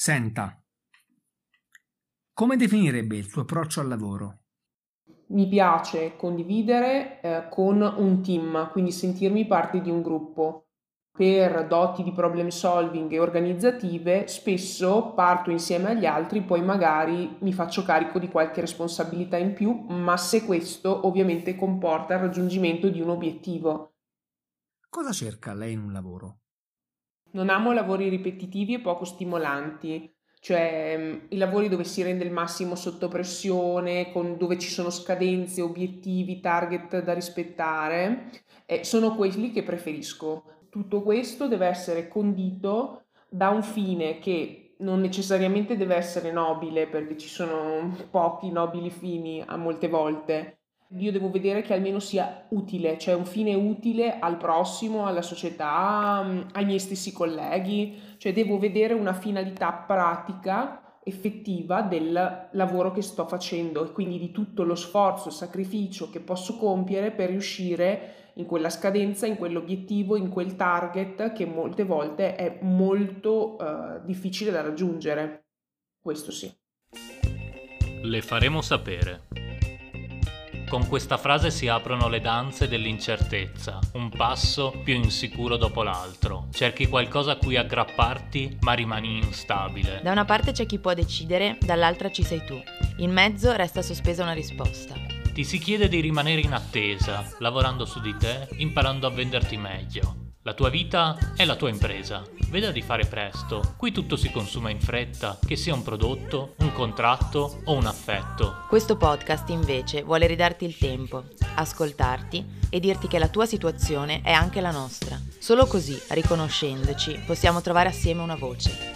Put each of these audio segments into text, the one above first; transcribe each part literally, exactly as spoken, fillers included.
Senta, come definirebbe il tuo approccio al lavoro? Mi piace condividere eh, con un team, quindi sentirmi parte di un gruppo. Per doti di problem solving e organizzative, spesso parto insieme agli altri, poi magari mi faccio carico di qualche responsabilità in più, ma se questo ovviamente comporta il raggiungimento di un obiettivo. Cosa cerca lei in un lavoro? Non amo lavori ripetitivi e poco stimolanti, cioè mh, i lavori dove si rende il massimo sotto pressione, con- dove ci sono scadenze, obiettivi, target da rispettare, eh, sono quelli che preferisco. Tutto questo deve essere condito da un fine che non necessariamente deve essere nobile, perché ci sono pochi nobili fini a molte volte. Io devo vedere che almeno sia utile, cioè un fine utile al prossimo, alla società, mh, ai miei stessi colleghi, cioè devo vedere una finalità pratica, effettiva del lavoro che sto facendo e quindi di tutto lo sforzo, il sacrificio che posso compiere per riuscire in quella scadenza, in quell'obiettivo, in quel target che molte volte è molto eh, difficile da raggiungere. Questo sì. Le faremo sapere. Con questa frase si aprono le danze dell'incertezza, un passo più insicuro dopo l'altro. Cerchi qualcosa a cui aggrapparti, ma rimani instabile. Da una parte c'è chi può decidere, dall'altra ci sei tu. In mezzo resta sospesa una risposta. Ti si chiede di rimanere in attesa, lavorando su di te, imparando a venderti meglio. La tua vita è la tua impresa. Veda di fare presto. Qui tutto si consuma in fretta, che sia un prodotto, un contratto o un affetto. Questo podcast invece vuole ridarti il tempo, ascoltarti e dirti che la tua situazione è anche la nostra. Solo così, riconoscendoci, possiamo trovare assieme una voce.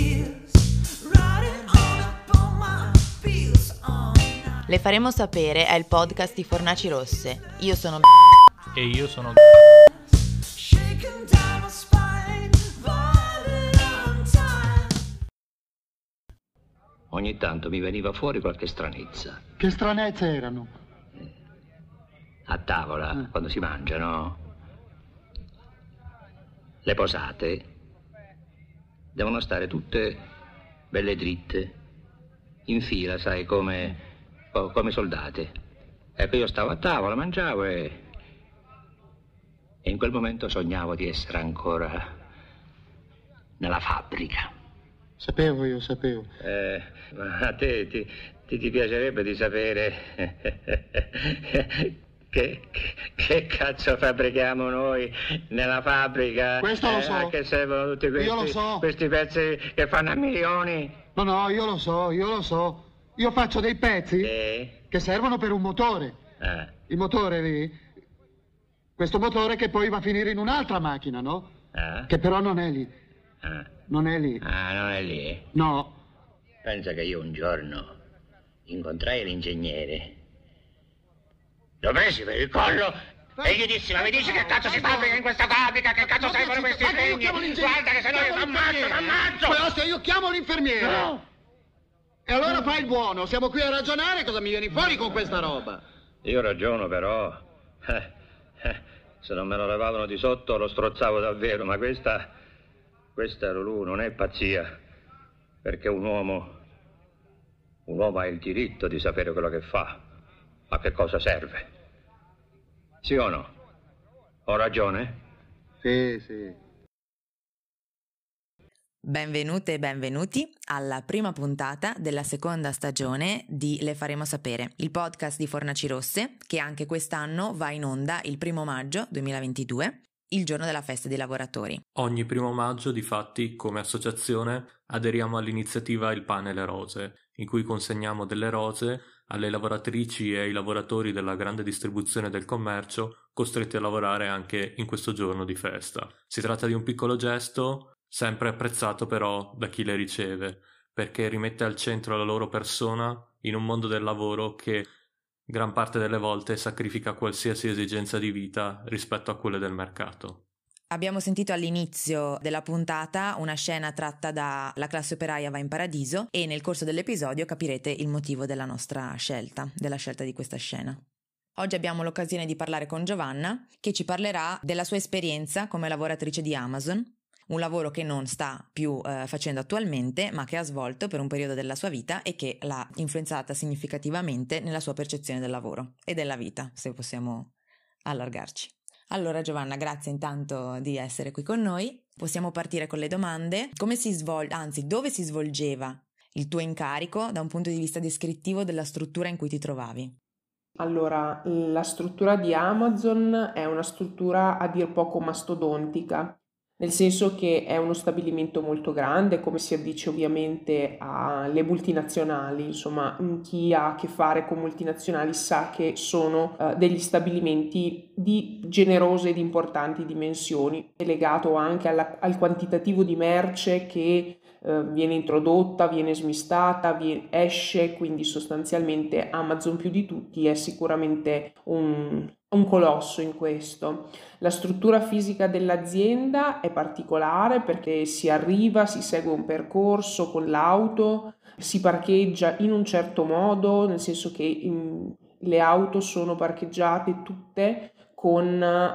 Le faremo sapere è il podcast di Fornaci Rosse. Io sono E io sono Ogni tanto mi veniva fuori qualche stranezza. Che stranezze erano? A tavola, Eh. quando si mangia, no? Le posate devono stare tutte belle dritte, in fila, sai, come, co- come soldati. Ecco, io stavo a tavola, mangiavo e... e in quel momento sognavo di essere ancora nella fabbrica. Sapevo io, sapevo. Eh, ma a te ti, ti, ti piacerebbe di sapere che, che, che cazzo fabbrichiamo noi nella fabbrica? Questo lo Eh, so. a che servono tutti questi, Io lo so. questi pezzi che fanno a milioni? No, no, io lo so, io lo so. Io faccio dei pezzi Sì. che servono per un motore. Eh, Il motore lì, questo motore che poi va a finire in un'altra macchina, no? eh, Che però non è lì, eh. non è lì. Ah, non è lì? No, Pensa che io un giorno incontrai l'ingegnere. Lo presi per il collo e gli dissi: ma mi dici che cazzo si fabbrica in questa fabbrica? Che cazzo servono questi impegni? Guarda che se no io ti ammazzo, ti ammazzo! Poi Ostia, io chiamo l'infermiere. No. E allora fai il buono, siamo qui a ragionare, cosa mi vieni fuori con questa roba? Io ragiono però, eh, eh, se non me lo levavano di sotto lo strozzavo davvero, ma questa, questa Lulù non è pazzia, perché un uomo, un uomo ha il diritto di sapere quello che fa, a che cosa serve. Sì o no? Ho ragione? Sì, sì. Benvenute e benvenuti alla prima puntata della seconda stagione di Le Faremo Sapere, il podcast di Fornaci Rosse che anche quest'anno va in onda il primo maggio duemilaventidue, il giorno della festa dei lavoratori. Ogni primo maggio, difatti, come associazione, aderiamo all'iniziativa Il Pane e le Rose, in cui consegniamo delle rose alle lavoratrici e ai lavoratori della grande distribuzione del commercio costretti a lavorare anche in questo giorno di festa. Si tratta di un piccolo gesto, sempre apprezzato però da chi le riceve, perché rimette al centro la loro persona in un mondo del lavoro che gran parte delle volte sacrifica qualsiasi esigenza di vita rispetto a quelle del mercato. Abbiamo sentito all'inizio della puntata una scena tratta da La classe operaia va in paradiso e nel corso dell'episodio capirete il motivo della nostra scelta, della scelta di questa scena. Oggi abbiamo l'occasione di parlare con Giovanna, che ci parlerà della sua esperienza come lavoratrice di Amazon, un lavoro che non sta più eh, facendo attualmente, ma che ha svolto per un periodo della sua vita e che l'ha influenzata significativamente nella sua percezione del lavoro e della vita, se possiamo allargarci. Allora Giovanna, grazie intanto di essere qui con noi. Possiamo partire con le domande. Come si svolge, anzi, dove si svolgeva il tuo incarico da un punto di vista descrittivo della struttura in cui ti trovavi? Allora, la struttura di Amazon è una struttura a dir poco mastodontica, nel senso che è uno stabilimento molto grande, come si addice ovviamente alle multinazionali. Insomma, chi ha a che fare con multinazionali sa che sono uh, degli stabilimenti di generose ed importanti dimensioni, è legato anche alla, al quantitativo di merce che viene introdotta, viene smistata, viene, esce, quindi sostanzialmente Amazon più di tutti è sicuramente un, un colosso in questo. La struttura fisica dell'azienda è particolare perché si arriva, si segue un percorso con l'auto, si parcheggia in un certo modo, nel senso che in, le auto sono parcheggiate tutte con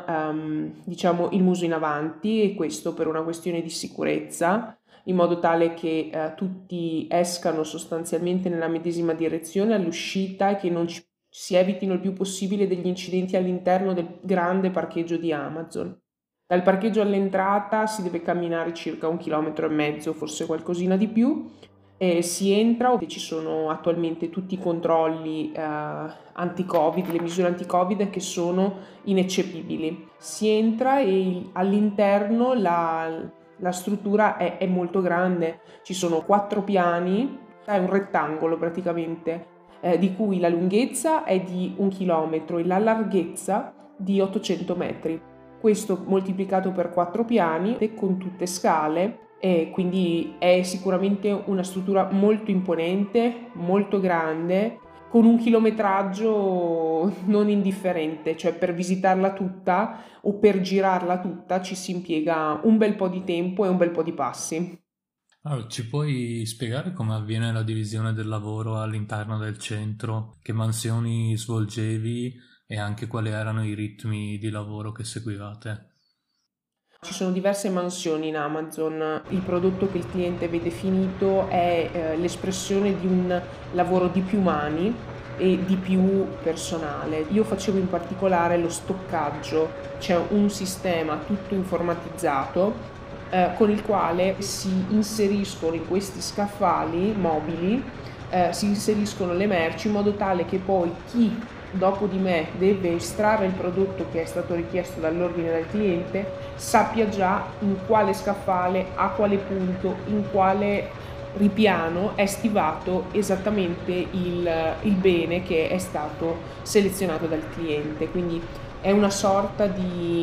um, diciamo il muso in avanti, e questo per una questione di sicurezza, in modo tale che eh, tutti escano sostanzialmente nella medesima direzione all'uscita e che non ci, si evitino il più possibile degli incidenti all'interno del grande parcheggio di Amazon. Dal parcheggio all'entrata si deve camminare circa un chilometro e mezzo, forse qualcosina di più, e si entra, ci sono attualmente tutti i controlli eh, anti-Covid, le misure anti-Covid che sono ineccepibili. Si entra e all'interno la... La struttura è, è molto grande, ci sono quattro piani, è un rettangolo praticamente, eh, di cui la lunghezza è di un chilometro e la larghezza di ottocento metri. Questo moltiplicato per quattro piani e con tutte scale, e quindi è sicuramente una struttura molto imponente, molto grande, con un chilometraggio non indifferente, cioè per visitarla tutta o per girarla tutta ci si impiega un bel po' di tempo e un bel po' di passi. Allora, ci puoi spiegare come avviene la divisione del lavoro all'interno del centro? Che mansioni svolgevi e anche quali erano i ritmi di lavoro che seguivate? Ci sono diverse mansioni in Amazon. Il prodotto che il cliente vede finito è eh, l'espressione di un lavoro di più mani e di più personale. Io facevo in particolare lo stoccaggio, c'è un sistema tutto informatizzato eh, con il quale si inseriscono in questi scaffali mobili, eh, si inseriscono le merci in modo tale che poi chi dopo di me deve estrarre il prodotto che è stato richiesto dall'ordine del cliente sappia già in quale scaffale, a quale punto, in quale ripiano è stivato esattamente il, il bene che è stato selezionato dal cliente. Quindi è una sorta di,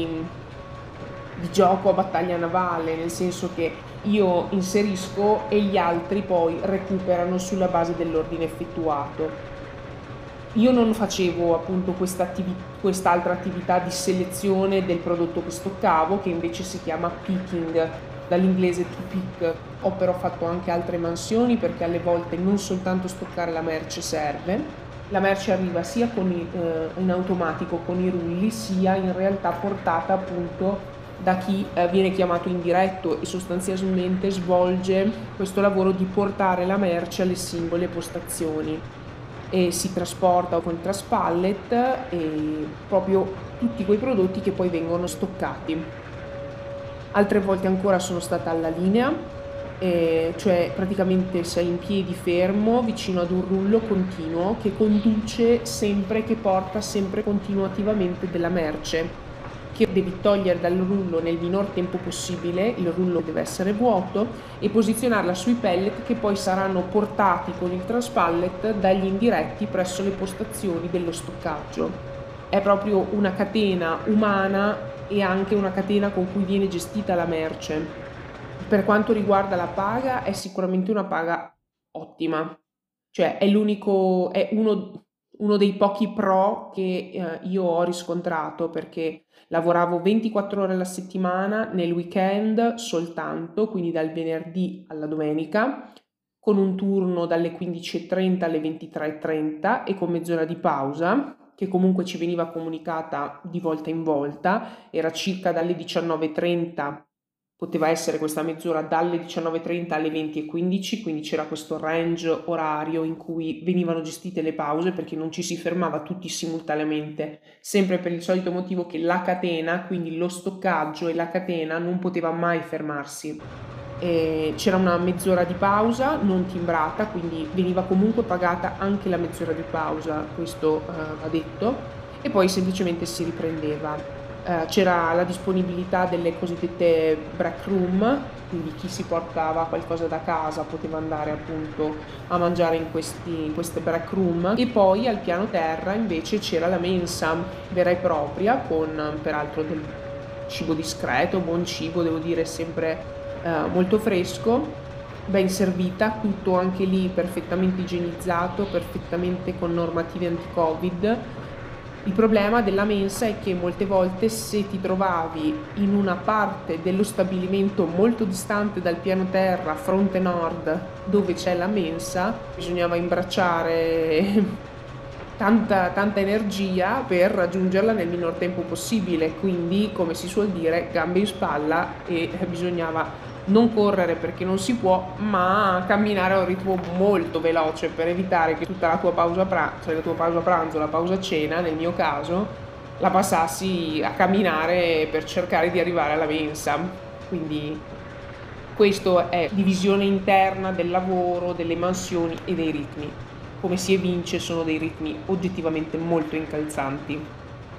di gioco a battaglia navale, nel senso che io inserisco e gli altri poi recuperano sulla base dell'ordine effettuato. Io non facevo appunto questa attivi- quest'altra attività di selezione del prodotto che stoccavo, che invece si chiama picking, dall'inglese to pick. Ho però fatto anche altre mansioni perché alle volte non soltanto stoccare la merce serve. La merce arriva sia con i, eh, in automatico con i rulli, sia in realtà portata appunto da chi eh, viene chiamato in diretto e sostanzialmente svolge questo lavoro di portare la merce alle singole postazioni. E si trasporta con il traspallet e proprio tutti quei prodotti che poi vengono stoccati. Altre volte ancora sono stata alla linea, eh, cioè praticamente sei in piedi fermo vicino ad un rullo continuo che conduce sempre, che porta sempre continuativamente della merce, che devi togliere dal rullo nel minor tempo possibile. Il rullo deve essere vuoto, e posizionarla sui pellet che poi saranno portati con il transpallet dagli indiretti presso le postazioni dello stoccaggio. È proprio una catena umana e anche una catena con cui viene gestita la merce. Per quanto riguarda la paga, è sicuramente una paga ottima, cioè è l'unico, è uno, uno dei pochi pro che eh, io ho riscontrato, perché lavoravo ventiquattro ore alla settimana, nel weekend soltanto, quindi dal venerdì alla domenica, con un turno dalle quindici e trenta alle ventitré e trenta e con mezz'ora di pausa, che comunque ci veniva comunicata di volta in volta, era circa dalle diciannove e trenta poteva essere questa mezz'ora dalle diciannove e trenta alle venti e quindici, quindi c'era questo range orario in cui venivano gestite le pause, perché non ci si fermava tutti simultaneamente, sempre per il solito motivo che la catena, quindi lo stoccaggio e la catena, non poteva mai fermarsi. E c'era una mezz'ora di pausa non timbrata, quindi veniva comunque pagata anche la mezz'ora di pausa, questo eh, va detto, e poi semplicemente si riprendeva. Uh, c'era la disponibilità delle cosiddette break room, quindi chi si portava qualcosa da casa poteva andare appunto a mangiare in, questi, in queste break room, e poi al piano terra invece c'era la mensa vera e propria, con peraltro del cibo discreto, buon cibo, devo dire sempre uh, molto fresco, ben servita, tutto anche lì perfettamente igienizzato, perfettamente con normative anti-Covid. Il problema della mensa è che molte volte, se ti trovavi in una parte dello stabilimento molto distante dal piano terra, fronte nord, dove c'è la mensa, bisognava imbracciare tanta, tanta energia per raggiungerla nel minor tempo possibile, quindi, come si suol dire, gambe in spalla, e bisognava non correre perché non si può, ma camminare a un ritmo molto veloce per evitare che tutta la tua pausa pranzo, cioè la tua pausa pranzo, la pausa cena, nel mio caso, la passassi a camminare per cercare di arrivare alla mensa. Quindi questo è divisione interna del lavoro, delle mansioni e dei ritmi. Come si evince, sono dei ritmi oggettivamente molto incalzanti.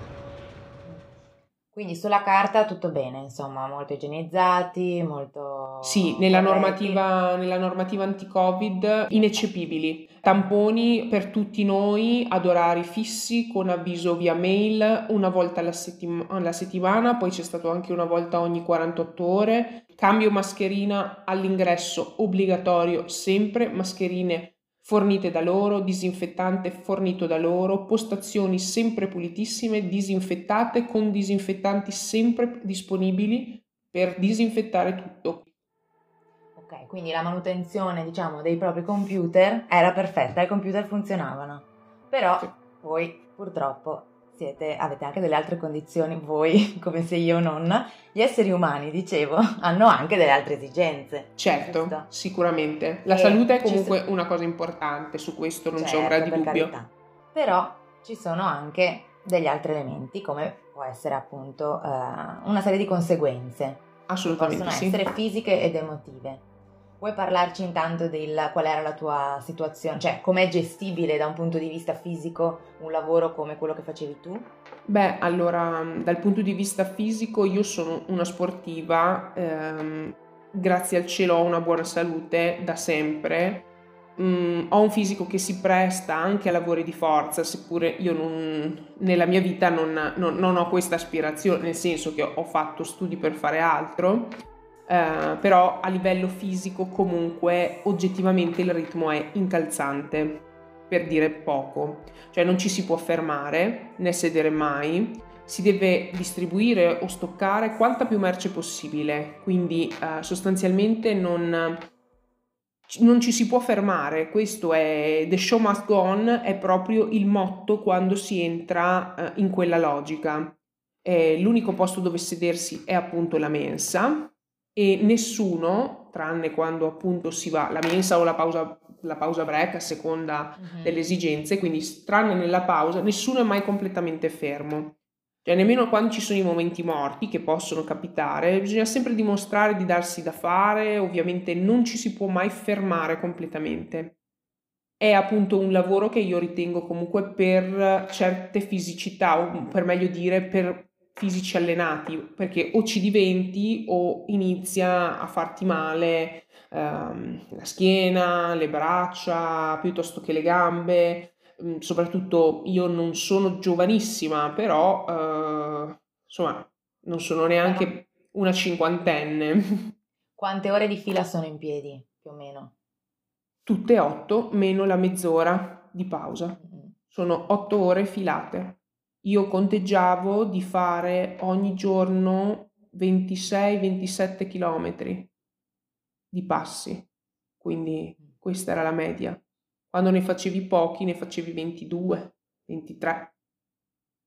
Quindi sulla carta tutto bene, insomma, molto igienizzati, molto... Sì, nella corretti. normativa, nella normativa anti-Covid ineccepibili. Tamponi per tutti noi ad orari fissi, con avviso via mail, una volta alla, settim- alla settimana, poi c'è stato anche una volta ogni quarantotto ore. Cambio mascherina all'ingresso obbligatorio sempre, mascherine fornite da loro, disinfettante fornito da loro, postazioni sempre pulitissime, disinfettate, con disinfettanti sempre disponibili per disinfettare tutto. Ok, quindi la manutenzione, diciamo, dei propri computer era perfetta, i computer funzionavano. Però Sì. voi purtroppo siete, avete anche delle altre condizioni, voi, come se io non, gli esseri umani, dicevo, hanno anche delle altre esigenze. Certo, giusto? sicuramente. La E salute è ci comunque so- una cosa importante, su questo non c'è Certo, ombra di per dubbio. carità. Però ci sono anche degli altri elementi, come può essere appunto eh, una serie di conseguenze. Assolutamente Possono sì. essere fisiche ed emotive. Vuoi parlarci intanto del qual era la tua situazione, cioè com'è gestibile da un punto di vista fisico un lavoro come quello che facevi tu? Beh, allora, dal punto di vista fisico io sono una sportiva, ehm, grazie al cielo ho una buona salute da sempre, mm, ho un fisico che si presta anche a lavori di forza, seppure io non, nella mia vita non, non, non ho questa aspirazione, nel senso che ho fatto studi per fare altro, eh, però a livello fisico comunque oggettivamente il ritmo è incalzante, per dire poco. Cioè non ci si può fermare né sedere mai, si deve distribuire o stoccare quanta più merce possibile, quindi eh, sostanzialmente non, non ci si può fermare. Questo è the show must go on, è proprio il motto quando si entra eh, in quella logica. Eh, l'unico posto dove sedersi è appunto la mensa, e nessuno, tranne quando appunto si va, la mensa o la pausa la pausa break a seconda uh-huh. delle esigenze, quindi tranne nella pausa nessuno è mai completamente fermo, cioè nemmeno quando ci sono i momenti morti, che possono capitare, bisogna sempre dimostrare di darsi da fare, ovviamente non ci si può mai fermare completamente. È appunto un lavoro che io ritengo comunque per certe fisicità, o per meglio dire per fisici allenati, perché o ci diventi o inizia a farti male ehm, la schiena, le braccia, piuttosto che le gambe. Mm, soprattutto io non sono giovanissima, però eh, insomma non sono neanche una cinquantenne. Quante ore di fila sono in piedi, più o meno? Tutte otto, meno la mezz'ora di pausa. Sono otto ore filate. Io conteggiavo di fare ogni giorno ventisei ventisette chilometri di passi, quindi questa era la media. Quando ne facevi pochi ne facevi ventidue, ventitré.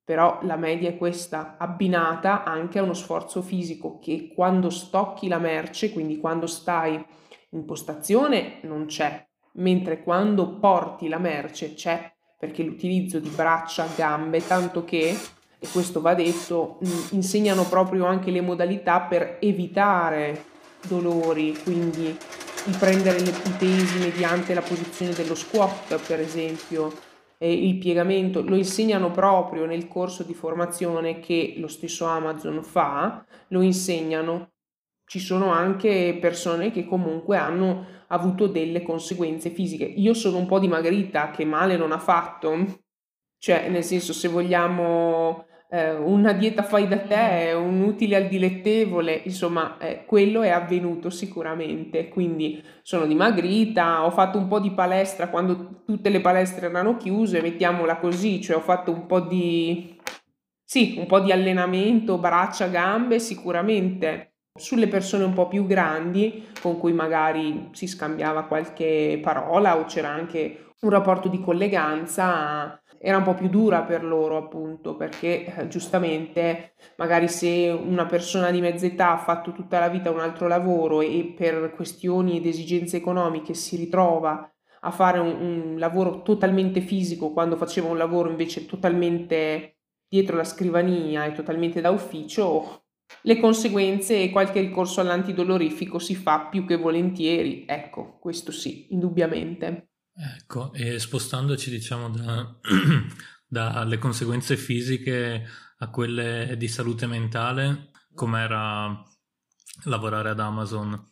però la media è questa, abbinata anche a uno sforzo fisico che quando stocchi la merce, quindi quando stai in postazione, non c'è, mentre quando porti la merce c'è, perché l'utilizzo di braccia, gambe, tanto che, e questo va detto, mh, insegnano proprio anche le modalità per evitare dolori, quindi il prendere le, i pesi mediante la posizione dello squat, per esempio, e il piegamento, lo insegnano proprio nel corso di formazione che lo stesso Amazon fa, lo insegnano. Ci sono anche persone che comunque hanno avuto delle conseguenze fisiche. Io sono un po' dimagrita, che male non ha fatto, cioè nel senso, se vogliamo eh, una dieta fai da te, un utile al dilettevole, insomma eh, quello è avvenuto sicuramente, quindi sono dimagrita, ho fatto un po' di palestra quando tutte le palestre erano chiuse, mettiamola così, cioè ho fatto un po' di, sì, un po' di allenamento, braccia, gambe, sicuramente. Sulle persone un po' più grandi, con cui magari si scambiava qualche parola o c'era anche un rapporto di colleganza, era un po' più dura per loro, appunto, perché eh, giustamente magari se una persona di mezza età ha fatto tutta la vita un altro lavoro e per questioni ed esigenze economiche si ritrova a fare un, un lavoro totalmente fisico quando faceva un lavoro invece totalmente dietro la scrivania e totalmente da ufficio, le conseguenze e qualche ricorso all'antidolorifico si fa più che volentieri, ecco, questo sì, indubbiamente. Ecco, e spostandoci diciamo da, dalle conseguenze fisiche a quelle di salute mentale, com'era lavorare ad Amazon?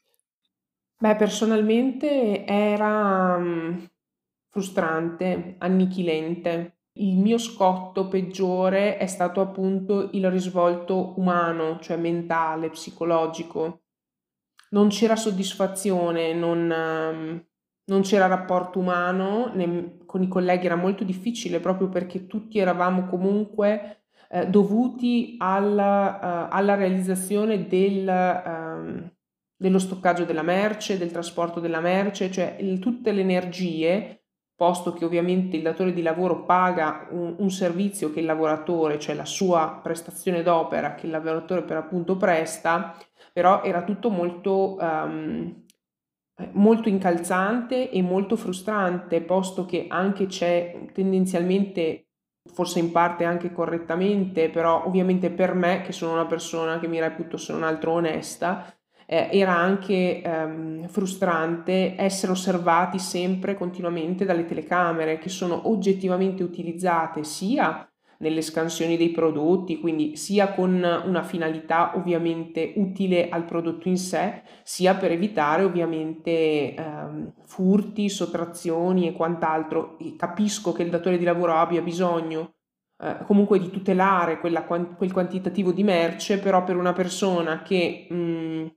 Beh, personalmente era um, frustrante, annichilente. Il mio scotto peggiore è stato appunto il risvolto umano, cioè mentale, psicologico. Non c'era soddisfazione, non, um, non c'era rapporto umano, ne, con i colleghi era molto difficile proprio perché tutti eravamo comunque eh, dovuti alla, uh, alla realizzazione del, um, dello stoccaggio della merce, del trasporto della merce, cioè il, tutte le energie, posto che ovviamente il datore di lavoro paga un, un servizio che il lavoratore, cioè la sua prestazione d'opera che il lavoratore per appunto presta, però era tutto molto, um, molto incalzante e molto frustrante, posto che anche c'è tendenzialmente, forse in parte anche correttamente, però ovviamente per me, che sono una persona che mi reputo se non altro onesta, eh, era anche ehm, frustrante essere osservati sempre continuamente dalle telecamere che sono oggettivamente utilizzate sia nelle scansioni dei prodotti, quindi sia con una finalità ovviamente utile al prodotto in sé, sia per evitare ovviamente ehm, furti, sottrazioni e quant'altro. E capisco che il datore di lavoro abbia bisogno eh, comunque di tutelare quella, quel quantitativo di merce, però per una persona che mh,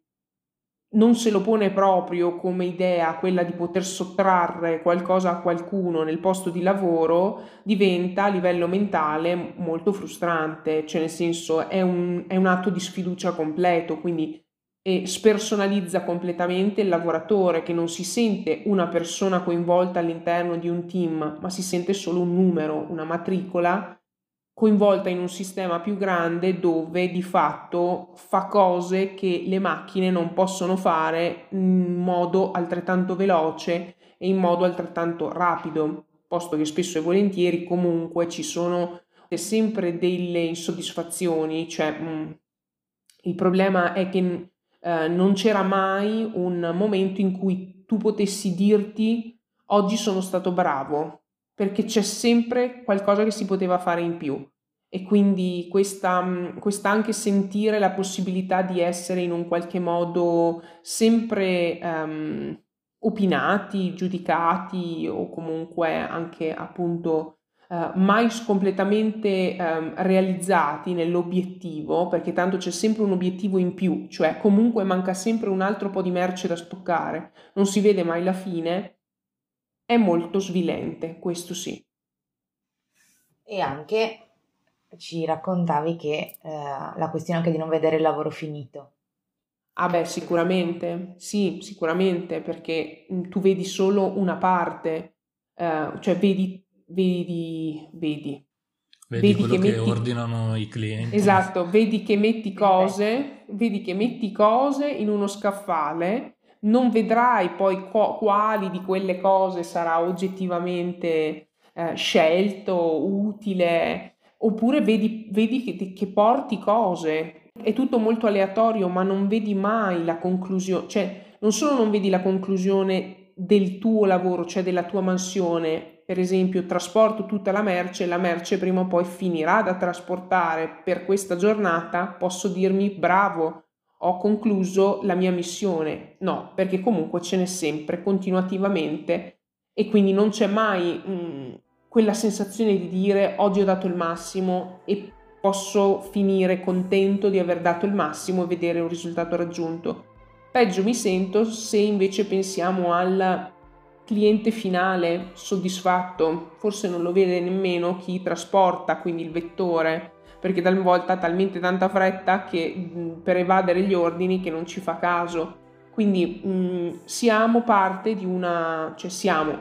non se lo pone proprio come idea quella di poter sottrarre qualcosa a qualcuno nel posto di lavoro, diventa a livello mentale molto frustrante, cioè nel senso è un, è un atto di sfiducia completo, quindi e spersonalizza completamente il lavoratore che non si sente una persona coinvolta all'interno di un team, ma si sente solo un numero, una matricola coinvolta in un sistema più grande dove di fatto fa cose che le macchine non possono fare in modo altrettanto veloce e in modo altrettanto rapido, posto che spesso e volentieri comunque ci sono sempre delle insoddisfazioni, cioè mh, il problema è che eh, non c'era mai un momento in cui tu potessi dirti oggi sono stato bravo, perché c'è sempre qualcosa che si poteva fare in più e quindi questa, questa anche sentire la possibilità di essere in un qualche modo sempre um, opinati, giudicati o comunque anche appunto Uh, mai completamente um, realizzati nell'obiettivo, perché tanto c'è sempre un obiettivo in più, cioè comunque manca sempre un altro po' di merce da stoccare, non si vede mai la fine, è molto svilente, questo sì. E anche ci raccontavi che eh, la questione anche di non vedere il lavoro finito. Ah beh, sicuramente, sì, sicuramente, perché tu vedi solo una parte, uh, cioè vedi Vedi, vedi. Vedi, vedi quello che che metti... ordinano i clienti. Esatto, vedi che metti cose, vedi che metti cose in uno scaffale, non vedrai poi co- quali di quelle cose sarà oggettivamente eh, scelto, utile, oppure vedi, vedi che, che porti cose. È tutto molto aleatorio, ma non vedi mai la conclusione, cioè non solo non vedi la conclusione del tuo lavoro, cioè della tua mansione. Per esempio, trasporto tutta la merce, la merce prima o poi finirà da trasportare. Per questa giornata posso dirmi bravo, ho concluso la mia missione. No, perché comunque ce n'è sempre, continuativamente, e quindi non c'è mai mh, quella sensazione di dire oggi ho dato il massimo e posso finire contento di aver dato il massimo e vedere un risultato raggiunto. Peggio mi sento se invece pensiamo al cliente finale soddisfatto, forse non lo vede nemmeno chi trasporta, quindi il vettore, perché talvolta ha talmente tanta fretta che mh, per evadere gli ordini che non ci fa caso. Quindi mh, siamo parte di una, cioè siamo,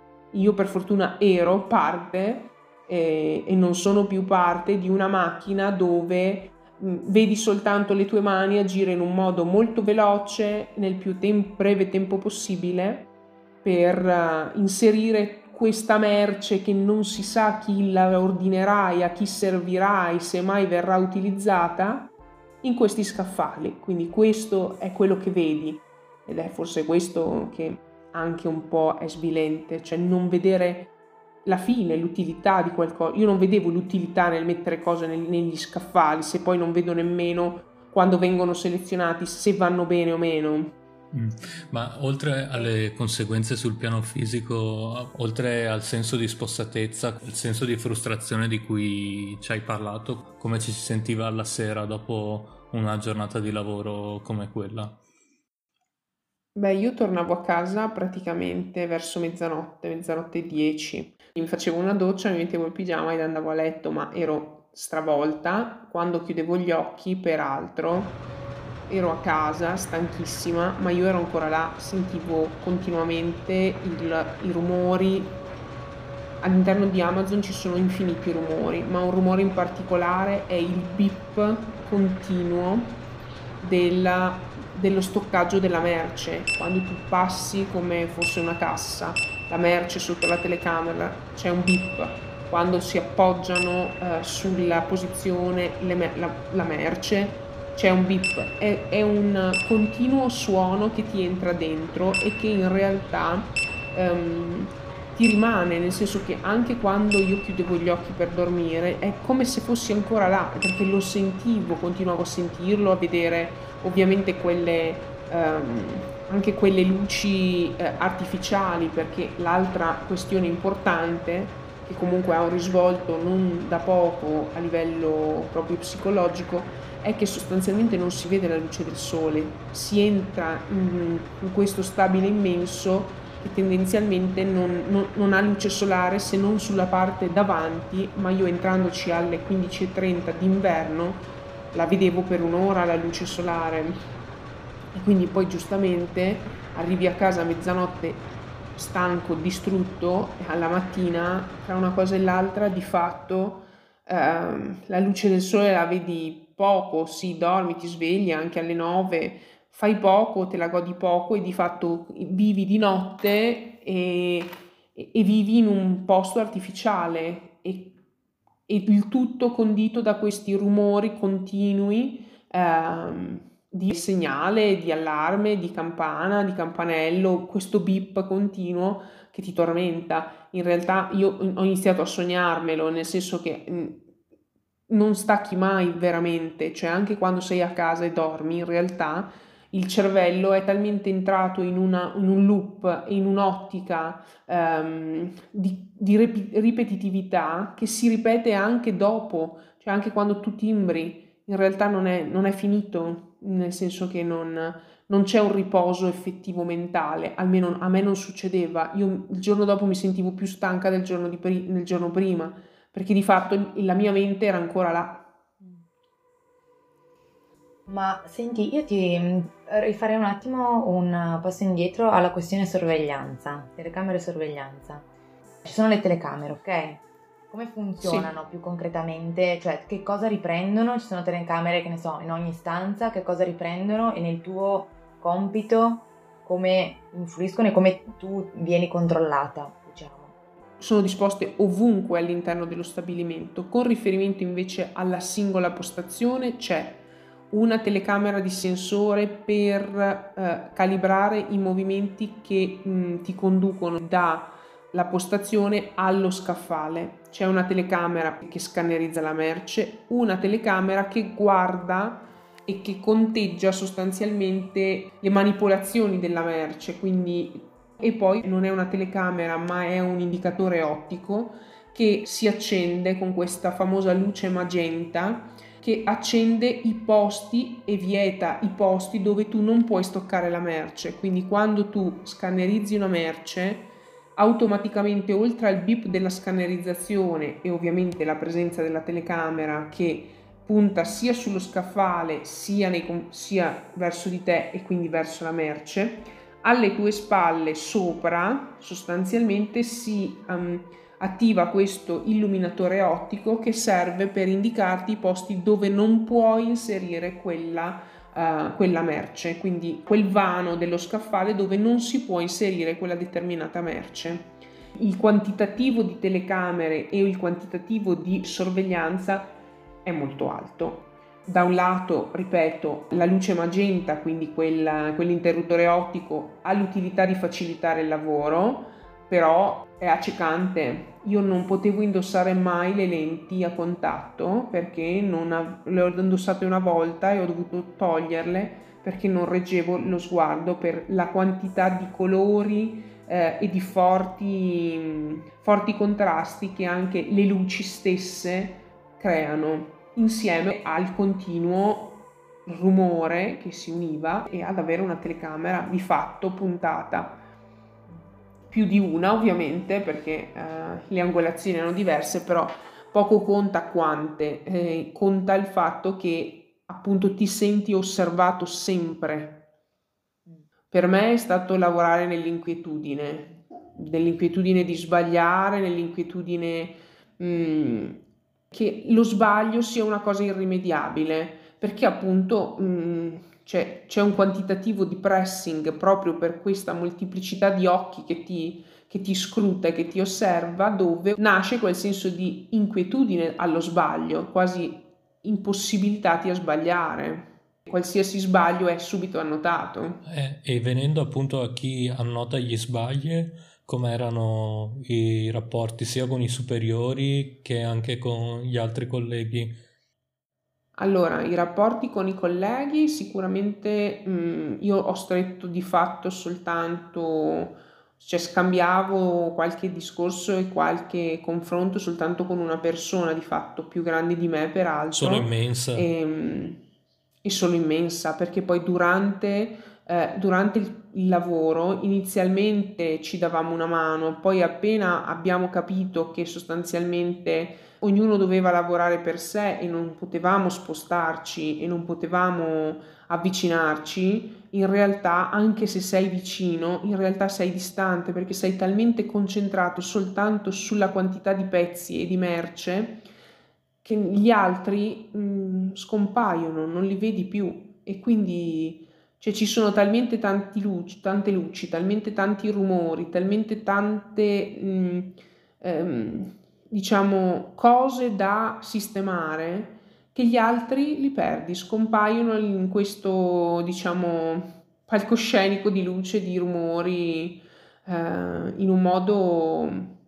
io per fortuna ero parte eh, e non sono più parte di una macchina dove mh, vedi soltanto le tue mani agire in un modo molto veloce nel più tem- breve tempo possibile per uh, inserire questa merce che non si sa chi la ordinerà e a chi servirà e se mai verrà utilizzata in questi scaffali. Quindi questo è quello che vedi ed è forse questo che anche un po' è svilente, cioè non vedere la fine, l'utilità di qualcosa. Io non vedevo l'utilità nel mettere cose negli scaffali se poi non vedo nemmeno quando vengono selezionati se vanno bene o meno. Mm. Ma oltre alle conseguenze sul piano fisico, oltre al senso di spossatezza, il senso di frustrazione di cui ci hai parlato, come ci si sentiva alla sera dopo una giornata di lavoro come quella? Beh, io tornavo a casa praticamente verso mezzanotte, mezzanotte e dieci. Mi facevo una doccia, mi mettevo il pigiama ed andavo a letto, ma ero stravolta. Quando chiudevo gli occhi, peraltro, ero a casa, stanchissima, ma io ero ancora là, sentivo continuamente il, i rumori. All'interno di Amazon ci sono infiniti rumori, ma un rumore in particolare è il beep continuo della, dello stoccaggio della merce. Quando tu passi come fosse una cassa, la merce sotto la telecamera, c'è un beep. Quando si appoggiano eh, sulla posizione le, la, la merce, c'è un beep, è, è un continuo suono che ti entra dentro e che in realtà um, ti rimane, nel senso che anche quando io chiudevo gli occhi per dormire è come se fossi ancora là, perché lo sentivo, continuavo a sentirlo, a vedere ovviamente quelle, um, anche quelle luci uh, artificiali, perché l'altra questione importante, che comunque ha un risvolto non da poco a livello proprio psicologico, è che sostanzialmente non si vede la luce del sole, si entra in, in questo stabile immenso che tendenzialmente non, non, non ha luce solare se non sulla parte davanti, ma io entrandoci alle quindici e trenta d'inverno la vedevo per un'ora la luce solare e quindi poi giustamente arrivi a casa a mezzanotte stanco, distrutto e alla mattina tra una cosa e l'altra di fatto ehm, la luce del sole la vedi poco, sì, dormi, ti svegli anche alle nove, fai poco, te la godi poco e di fatto vivi di notte e, e, e vivi in un posto artificiale e, e il tutto condito da questi rumori continui ehm, di segnale, di allarme, di campana, di campanello, questo beep continuo che ti tormenta. In realtà io ho iniziato a sognarmelo, nel senso che mh, non stacchi mai veramente, cioè anche quando sei a casa e dormi, in realtà il cervello è talmente entrato in, una, in un loop, in un'ottica um, di, di rep- ripetitività che si ripete anche dopo, cioè anche quando tu timbri, in realtà non è, non è finito, nel senso che non, non c'è un riposo effettivo mentale, almeno a me non succedeva, io il giorno dopo mi sentivo più stanca del giorno, di pri- del giorno prima, perché di fatto la mia mente era ancora là. Ma senti, io ti rifarei un attimo un passo indietro alla questione sorveglianza, telecamere e sorveglianza. Ci sono le telecamere, ok? Come funzionano sì. più concretamente? Cioè, che cosa riprendono? Ci sono telecamere, che ne so, in ogni stanza, che cosa riprendono e nel tuo compito come influiscono e come tu vieni controllata, diciamo? Sono disposte ovunque all'interno dello stabilimento. Con riferimento invece alla singola postazione c'è una telecamera di sensore per eh, calibrare i movimenti che mh, ti conducono dalla postazione allo scaffale. C'è una telecamera che scannerizza la merce, una telecamera che guarda e che conteggia sostanzialmente le manipolazioni della merce, quindi, e poi non è una telecamera ma è un indicatore ottico che si accende con questa famosa luce magenta che accende i posti e vieta i posti dove tu non puoi stoccare la merce. Quindi quando tu scannerizzi una merce, automaticamente oltre al beep della scannerizzazione e ovviamente la presenza della telecamera che punta sia sullo scaffale sia, nei, sia verso di te e quindi verso la merce, alle tue spalle sopra sostanzialmente si um, attiva questo illuminatore ottico che serve per indicarti i posti dove non puoi inserire quella, uh, quella merce, quindi quel vano dello scaffale dove non si può inserire quella determinata merce. Il quantitativo di telecamere e il quantitativo di sorveglianza è molto alto. Da un lato, ripeto, la luce magenta, quindi quella, quell'interruttore ottico, ha l'utilità di facilitare il lavoro, però è accecante. Io non potevo indossare mai le lenti a contatto perché non av- le ho indossate una volta e ho dovuto toglierle perché non reggevo lo sguardo per la quantità di colori eh, e di forti, forti contrasti che anche le luci stesse creano, insieme al continuo rumore che si univa e ad avere una telecamera di fatto puntata. Più di una ovviamente perché eh, le angolazioni erano diverse, però poco conta quante, eh, conta il fatto che appunto ti senti osservato sempre. Per me è stato lavorare nell'inquietudine, nell'inquietudine di sbagliare, nell'inquietudine mh, che lo sbaglio sia una cosa irrimediabile, perché appunto mh, c'è, c'è un quantitativo di pressing proprio per questa molteplicità di occhi che ti, che ti scruta e che ti osserva, dove nasce quel senso di inquietudine allo sbaglio, quasi impossibilitati a sbagliare. Qualsiasi sbaglio è subito annotato. Eh, e venendo appunto a chi annota gli sbagli, come erano i rapporti sia con i superiori che anche con gli altri colleghi? Allora, i rapporti con i colleghi sicuramente mh, io ho stretto di fatto soltanto, cioè scambiavo qualche discorso e qualche confronto soltanto con una persona di fatto più grande di me peraltro. Solo in mensa. E, e solo in mensa, perché poi durante, eh, durante il, il lavoro inizialmente ci davamo una mano, poi appena abbiamo capito che sostanzialmente ognuno doveva lavorare per sé e non potevamo spostarci e non potevamo avvicinarci, in realtà anche se sei vicino, in realtà sei distante perché sei talmente concentrato soltanto sulla quantità di pezzi e di merce che gli altri mh, scompaiono, non li vedi più e quindi cioè, ci sono talmente tanti luci, tante luci, talmente tanti rumori, talmente tante mh, ehm, diciamo cose da sistemare che gli altri li perdi, scompaiono in questo diciamo palcoscenico di luce, di rumori eh, in un modo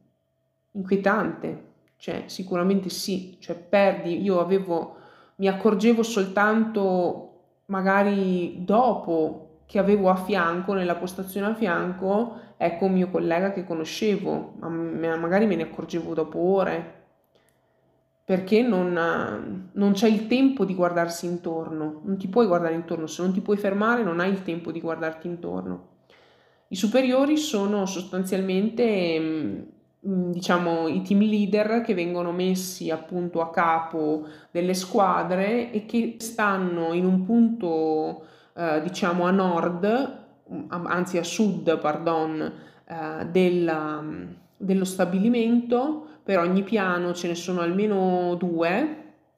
inquietante. Cioè, sicuramente sì, cioè perdi, io avevo, mi accorgevo soltanto magari dopo che avevo a fianco, nella postazione a fianco, ecco un mio collega che conoscevo, ma magari me ne accorgevo dopo ore, perché non, non c'è il tempo di guardarsi intorno, non ti puoi guardare intorno, se non ti puoi fermare non hai il tempo di guardarti intorno. I superiori sono sostanzialmente diciamo i team leader che vengono messi appunto a capo delle squadre e che stanno in un punto eh, diciamo a nord, anzi a sud, pardon, eh, della, dello stabilimento, per ogni piano ce ne sono almeno due.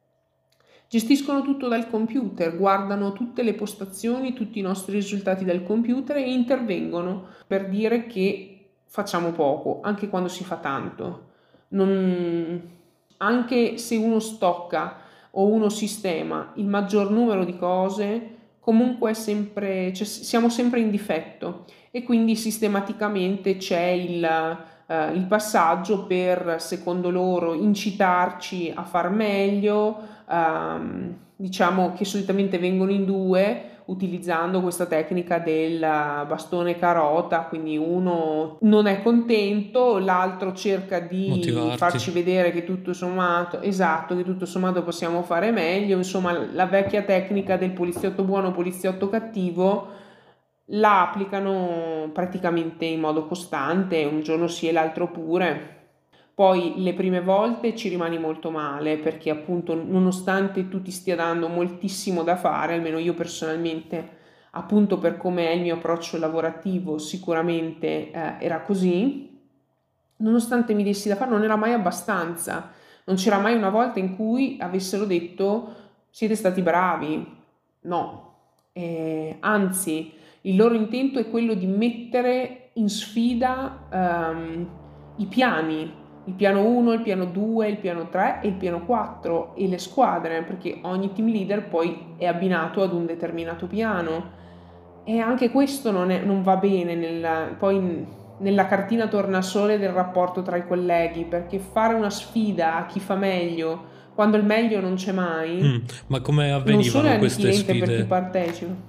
Gestiscono tutto dal computer, guardano tutte le postazioni, tutti i nostri risultati dal computer e intervengono per dire che facciamo poco, anche quando si fa tanto. Non... Anche se uno stocca o uno sistema il maggior numero di cose, comunque è sempre, cioè, siamo sempre in difetto e quindi sistematicamente c'è il, eh, il passaggio per, secondo loro, incitarci a far meglio. Um, diciamo che solitamente vengono in due utilizzando questa tecnica del bastone carota, quindi uno non è contento, l'altro cerca di Motivarti. farci vedere che tutto sommato, esatto, che tutto sommato possiamo fare meglio, insomma la vecchia tecnica del poliziotto buono, poliziotto cattivo la applicano praticamente in modo costante, un giorno sì e l'altro pure. Poi le prime volte ci rimani molto male perché appunto nonostante tu ti stia dando moltissimo da fare, almeno io personalmente appunto per come è il mio approccio lavorativo sicuramente eh, era così, nonostante mi dessi da fare non era mai abbastanza, non c'era mai una volta in cui avessero detto siete stati bravi, no, eh, anzi il loro intento è quello di mettere in sfida ehm, i piani, il piano uno, il piano due, il piano tre e il piano quattro e le squadre, perché ogni team leader poi è abbinato ad un determinato piano e anche questo non, è, non va bene nel, poi nella cartina tornasole del rapporto tra i colleghi, perché fare una sfida a chi fa meglio quando il meglio non c'è mai, Mm, ma come non solo è avvenivano queste annichilente per chi sfide? partecipa,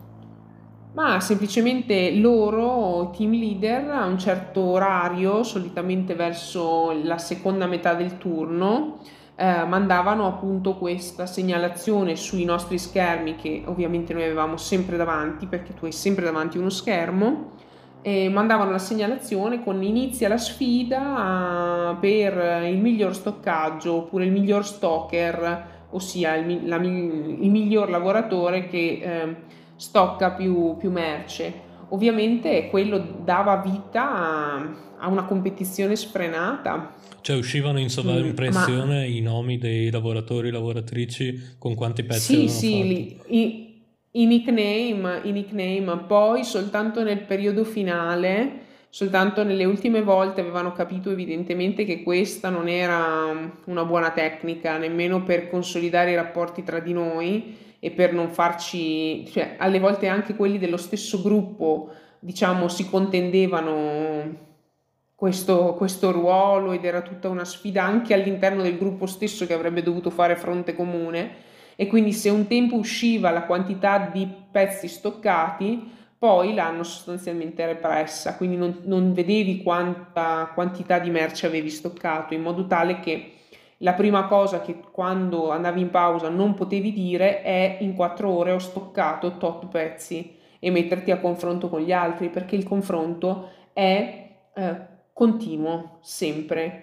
ma semplicemente loro, team leader, a un certo orario, solitamente verso la seconda metà del turno, eh, mandavano appunto questa segnalazione sui nostri schermi che ovviamente noi avevamo sempre davanti, perché tu hai sempre davanti uno schermo, e mandavano la segnalazione con inizia la sfida per il miglior stoccaggio oppure il miglior stalker, ossia il, la, il miglior lavoratore che eh, stocca più, più merce. Ovviamente quello dava vita a, a una competizione sfrenata. Cioè uscivano in sovraimpressione Ma... i nomi dei lavoratori e lavoratrici con quanti pezzi sì, avevano sì, fatto. li, i, i nickname, i nickname, poi soltanto nel periodo finale, soltanto nelle ultime volte avevano capito evidentemente che questa non era una buona tecnica, nemmeno per consolidare i rapporti tra di noi e per non farci, cioè alle volte anche quelli dello stesso gruppo, diciamo, si contendevano questo, questo ruolo ed era tutta una sfida anche all'interno del gruppo stesso che avrebbe dovuto fare fronte comune. E quindi se un tempo usciva la quantità di pezzi stoccati, poi l'hanno sostanzialmente repressa, quindi non, non vedevi quanta quantità di merce avevi stoccato, in modo tale che la prima cosa che quando andavi in pausa non potevi dire è in quattro ore ho stoccato tot pezzi e metterti a confronto con gli altri, perché il confronto è eh, continuo, sempre.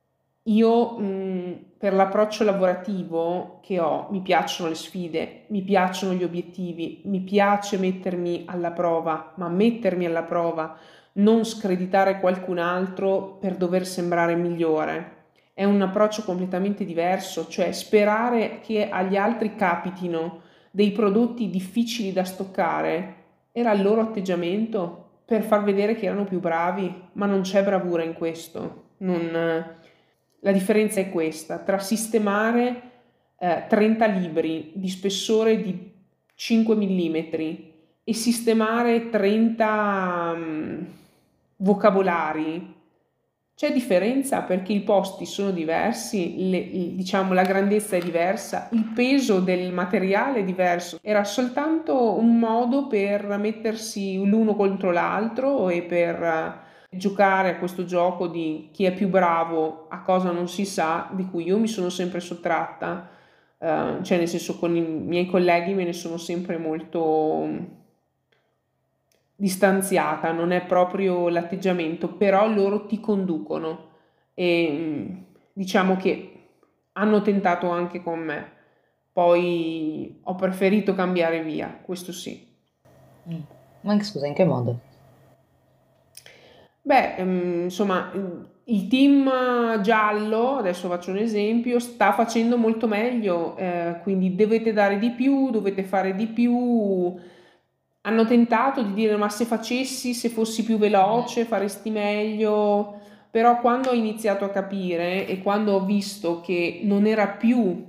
Io mh, per l'approccio lavorativo che ho mi piacciono le sfide, mi piacciono gli obiettivi, mi piace mettermi alla prova, ma mettermi alla prova, non screditare qualcun altro per dover sembrare migliore. È un approccio completamente diverso, cioè sperare che agli altri capitino dei prodotti difficili da stoccare era il loro atteggiamento per far vedere che erano più bravi, ma non c'è bravura in questo. Non... La differenza è questa, tra sistemare eh, trenta libri di spessore di cinque millimetri e sistemare trenta um, vocabolari. C'è differenza perché i posti sono diversi, le, il, diciamo la grandezza è diversa, il peso del materiale è diverso. Era soltanto un modo per mettersi l'uno contro l'altro e per uh, giocare a questo gioco di chi è più bravo a cosa non si sa, di cui io mi sono sempre sottratta, uh, cioè nel senso con i miei colleghi me ne sono sempre molto distanziata, non è proprio l'atteggiamento, però loro ti conducono e diciamo che hanno tentato anche con me, poi ho preferito cambiare via, questo sì. Ma scusa, in che modo? Beh, insomma, il team giallo, adesso faccio un esempio, sta facendo molto meglio, eh, quindi dovete dare di più, dovete fare di più. Hanno tentato di dire ma se facessi, se fossi più veloce faresti meglio, però quando ho iniziato a capire e quando ho visto che non era più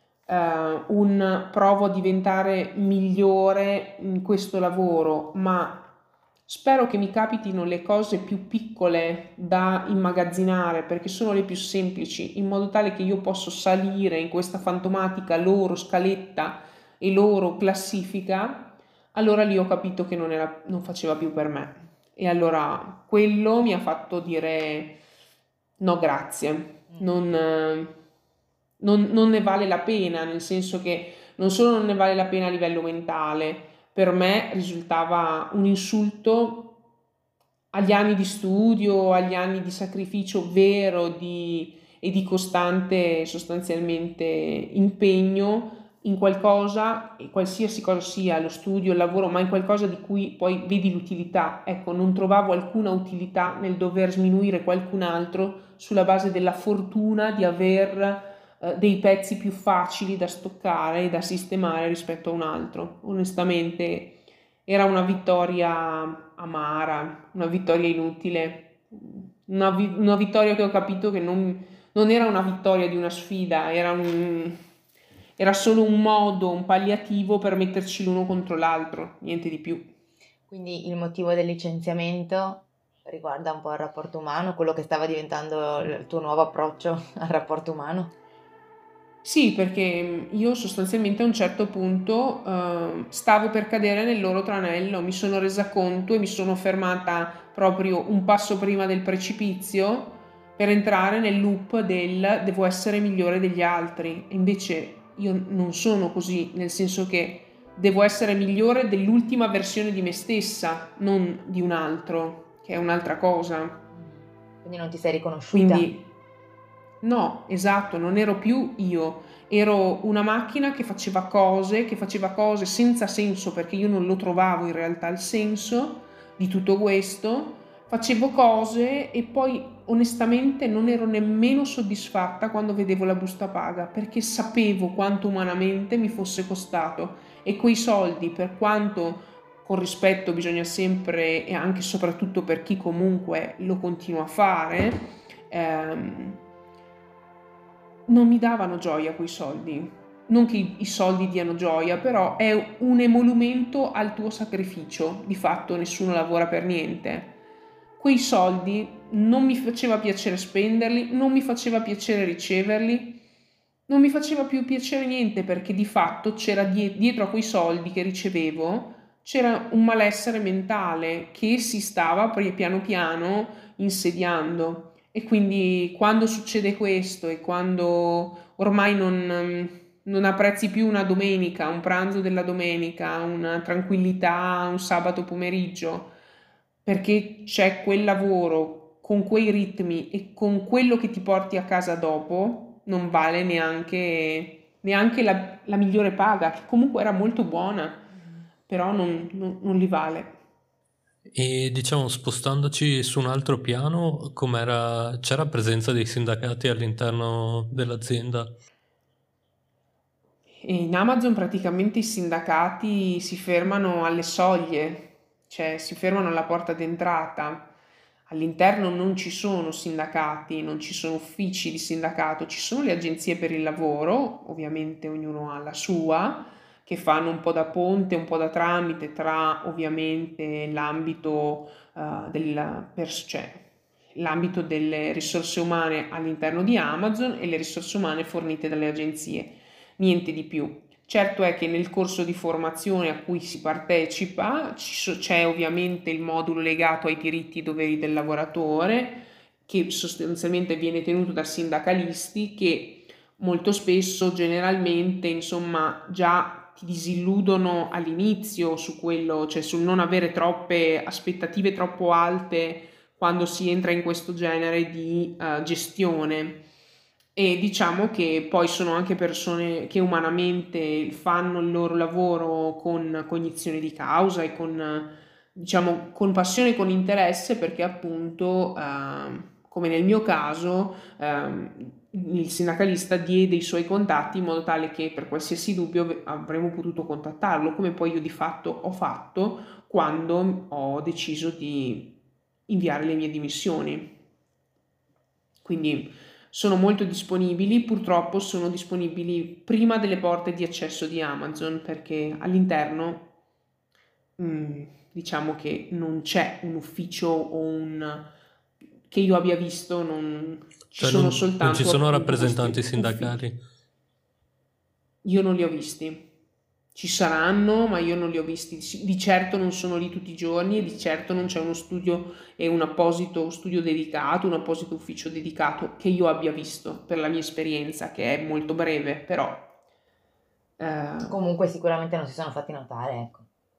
eh, un provo a diventare migliore in questo lavoro, ma spero che mi capitino le cose più piccole da immagazzinare perché sono le più semplici, in modo tale che io posso salire in questa fantomatica loro scaletta e loro classifica, allora lì ho capito che non era, non faceva più per me. E allora quello mi ha fatto dire no grazie, non, eh, non, non ne vale la pena, nel senso che non solo non ne vale la pena a livello mentale, per me risultava un insulto agli anni di studio, agli anni di sacrificio vero di, e di costante sostanzialmente impegno in qualcosa, qualsiasi cosa sia, lo studio, il lavoro, ma in qualcosa di cui poi vedi l'utilità. Ecco, non trovavo alcuna utilità nel dover sminuire qualcun altro sulla base della fortuna di aver eh, dei pezzi più facili da stoccare e da sistemare rispetto a un altro. Onestamente era una vittoria amara, una vittoria inutile, una, vi- una vittoria che ho capito che non, non era una vittoria di una sfida, era un... era solo un modo, un palliativo per metterci l'uno contro l'altro, niente di più. Quindi il motivo del licenziamento riguarda un po' il rapporto umano, quello che stava diventando il tuo nuovo approccio al rapporto umano? Sì, perché io sostanzialmente a un certo punto eh, stavo per cadere nel loro tranello, mi sono resa conto e mi sono fermata proprio un passo prima del precipizio per entrare nel loop del devo essere migliore degli altri. E invece io non sono così, nel senso che devo essere migliore dell'ultima versione di me stessa, non di un altro, che è un'altra cosa. Quindi non ti sei riconosciuta? Quindi no, esatto, non ero più io, ero una macchina che faceva cose, che faceva cose senza senso perché io non lo trovavo in realtà il senso di tutto questo. Facevo cose e poi onestamente non ero nemmeno soddisfatta quando vedevo la busta paga perché sapevo quanto umanamente mi fosse costato e quei soldi, per quanto con rispetto bisogna sempre, e anche e soprattutto per chi comunque lo continua a fare, ehm, non mi davano gioia quei soldi. Non che i, i soldi diano gioia, però è un emolumento al tuo sacrificio. Di fatto nessuno lavora per niente. Quei soldi non mi faceva piacere spenderli, non mi faceva piacere riceverli, non mi faceva più piacere niente perché di fatto c'era die- dietro a quei soldi che ricevevo c'era un malessere mentale che si stava piano piano insediando. E quindi quando succede questo e quando ormai non, non apprezzi più una domenica, un pranzo della domenica, una tranquillità, un sabato pomeriggio, perché c'è quel lavoro con quei ritmi e con quello che ti porti a casa dopo, non vale neanche, neanche la, la migliore paga, che comunque era molto buona, però non, non, non li vale. E diciamo, spostandoci su un altro piano, com'era, c'era presenza dei sindacati all'interno dell'azienda? E in Amazon praticamente i sindacati si fermano alle soglie, cioè si fermano alla porta d'entrata. All'interno non ci sono sindacati, non ci sono uffici di sindacato, ci sono le agenzie per il lavoro, ovviamente ognuno ha la sua, che fanno un po' da ponte, un po' da tramite tra ovviamente l'ambito uh, del, pers- cioè, l'ambito delle risorse umane all'interno di Amazon e le risorse umane fornite dalle agenzie, niente di più. Certo è che nel corso di formazione a cui si partecipa c'è ovviamente il modulo legato ai diritti e doveri del lavoratore, che sostanzialmente viene tenuto da sindacalisti che molto spesso, generalmente, insomma, già ti disilludono all'inizio su quello, cioè sul non avere troppe aspettative troppo alte quando si entra in questo genere di uh, gestione. E diciamo che poi sono anche persone che umanamente fanno il loro lavoro con cognizione di causa e con, diciamo, con passione e con interesse perché appunto eh, come nel mio caso ehm, il sindacalista diede i suoi contatti in modo tale che per qualsiasi dubbio avremmo potuto contattarlo, come poi io di fatto ho fatto quando ho deciso di inviare le mie dimissioni. Quindi sono molto disponibili, purtroppo sono disponibili prima delle porte di accesso di Amazon, perché all'interno mh, diciamo che non c'è un ufficio o un che io abbia visto, non ci Cioè sono non, soltanto non ci sono appunto rappresentanti questi sindacali? uffici. Io non li ho visti. Ci saranno, ma io non li ho visti. Di certo non sono lì tutti i giorni e di certo non c'è uno studio e un apposito studio dedicato, un apposito ufficio dedicato che io abbia visto per la mia esperienza, che è molto breve, però... Eh... Comunque sicuramente non si sono fatti notare, ecco.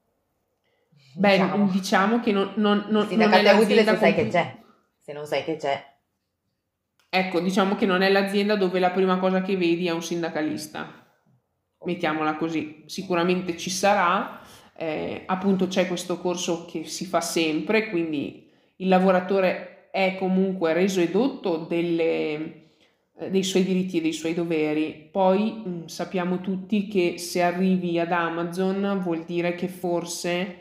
Beh, diciamo, diciamo che non, non, non, il non è sindacato è utile l'azienda se sai con che cui- c'è, se non sai che c'è. Ecco, diciamo che non è l'azienda dove la prima cosa che vedi è un sindacalista. Mettiamola così, sicuramente ci sarà, eh, appunto c'è questo corso che si fa sempre, quindi il lavoratore è comunque reso edotto delle, eh, dei suoi diritti e dei suoi doveri. Poi mh, sappiamo tutti che se arrivi ad Amazon vuol dire che forse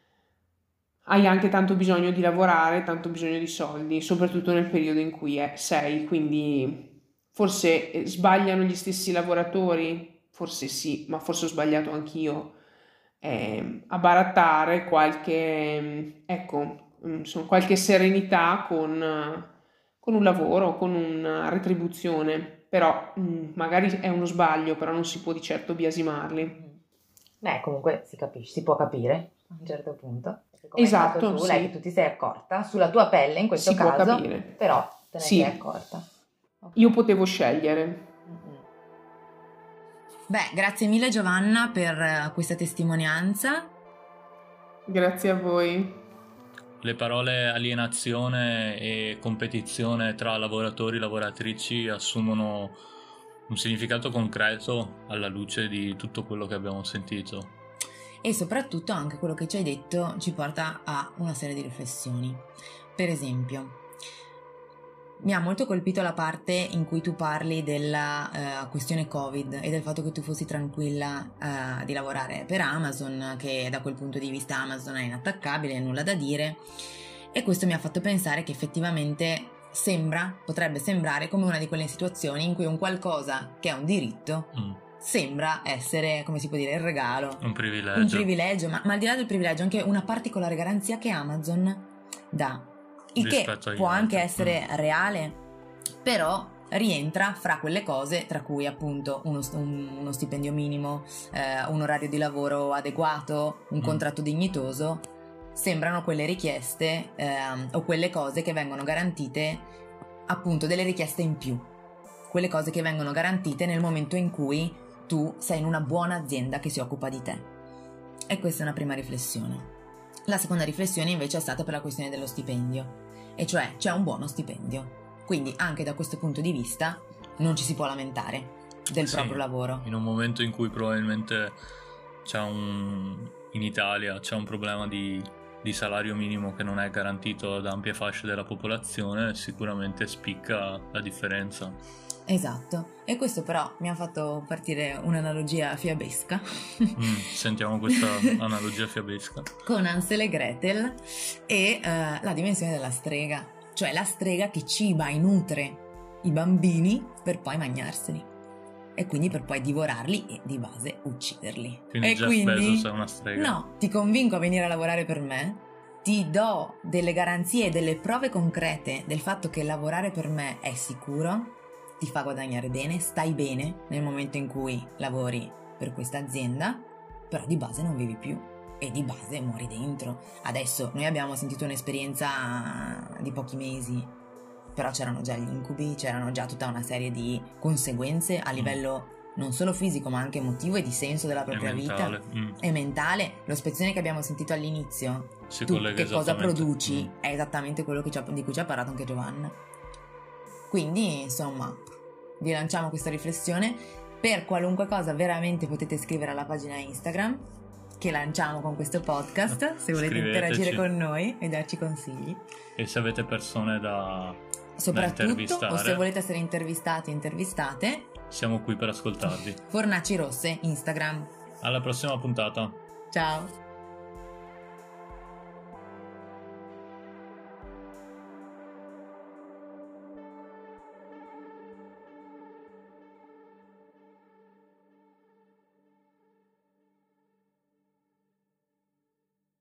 hai anche tanto bisogno di lavorare, tanto bisogno di soldi, soprattutto nel periodo in cui è, sei, quindi forse eh, sbagliano gli stessi lavoratori. Forse sì, ma forse ho sbagliato anch'io eh, a barattare qualche, ecco, insomma, qualche serenità con, con un lavoro, con una retribuzione, però mh, magari è uno sbaglio, però non si può di certo biasimarli. Beh, comunque si capisce, si può capire a un certo punto. Perché come Esatto, hai fatto tu, sì. lei che tu ti sei accorta, sulla tua pelle in questo Si può caso, capire. però te ne Sì. sei accorta. Ok. Io potevo scegliere. Mm-mm. Beh, grazie mille Giovanna per eh, questa testimonianza. Grazie a voi. Le parole alienazione e competizione tra lavoratori e lavoratrici assumono un significato concreto alla luce di tutto quello che abbiamo sentito. E soprattutto anche quello che ci hai detto ci porta a una serie di riflessioni. Per esempio, mi ha molto colpito la parte in cui tu parli della eh, questione Covid e del fatto che tu fossi tranquilla eh, di lavorare per Amazon, che da quel punto di vista Amazon è inattaccabile, nulla da dire, e questo mi ha fatto pensare che effettivamente sembra, potrebbe sembrare come una di quelle situazioni in cui un qualcosa che è un diritto Mm, sembra essere, come si può dire, il regalo. un privilegio. Un privilegio, ma, ma al di là del privilegio anche una particolare garanzia che Amazon dà, il che Rispetto agli può anche altri. essere reale, però rientra fra quelle cose tra cui appunto uno, un- uno stipendio minimo, eh, un orario di lavoro adeguato, un Mm. contratto dignitoso. Sembrano quelle richieste ehm, o quelle cose che vengono garantite, appunto delle richieste in più, quelle cose che vengono garantite nel momento in cui tu sei in una buona azienda che si occupa di te. E questa è una prima riflessione. La seconda riflessione invece è stata per la questione dello stipendio, e cioè c'è un buono stipendio, quindi anche da questo punto di vista non ci si può lamentare del Sì, proprio lavoro. in un momento in cui probabilmente c'è un in Italia c'è un problema di, di salario minimo che non è garantito ad ampie fasce della popolazione, sicuramente spicca la differenza. Esatto, e questo però mi ha fatto partire un'analogia fiabesca Mm, sentiamo questa analogia fiabesca. con Hansel e Gretel e eh, la dimensione della strega, cioè la strega che ciba e nutre i bambini per poi mangiarseli e quindi per poi divorarli e di base ucciderli. Quindi e Jeff quindi Bezos è una strega. no, ti convinco a venire a lavorare per me, ti do delle garanzie e delle prove concrete del fatto che lavorare per me è sicuro, ti fa guadagnare bene, stai bene nel momento in cui lavori per questa azienda, però di base non vivi più e di base muori dentro. Adesso noi abbiamo sentito un'esperienza di pochi mesi, però c'erano già gli incubi, c'erano già tutta una serie di conseguenze a livello non solo fisico ma anche emotivo e di senso della propria E vita mentale. Mm. e mentale. L'ospezione che abbiamo sentito all'inizio, Si tu collega che cosa esattamente. produci, Mm. è esattamente quello che ci ha- di cui ci ha parlato anche Giovanna. Quindi insomma vi lanciamo questa riflessione. Per qualunque cosa veramente potete scrivere alla pagina Instagram che lanciamo con questo podcast, se volete Scriveteci. interagire con noi e darci consigli. E se avete persone da, soprattutto, intervistare. O se volete essere intervistati, intervistate, siamo qui per ascoltarvi. Fornaci Rosse, Instagram. Alla prossima puntata. Ciao.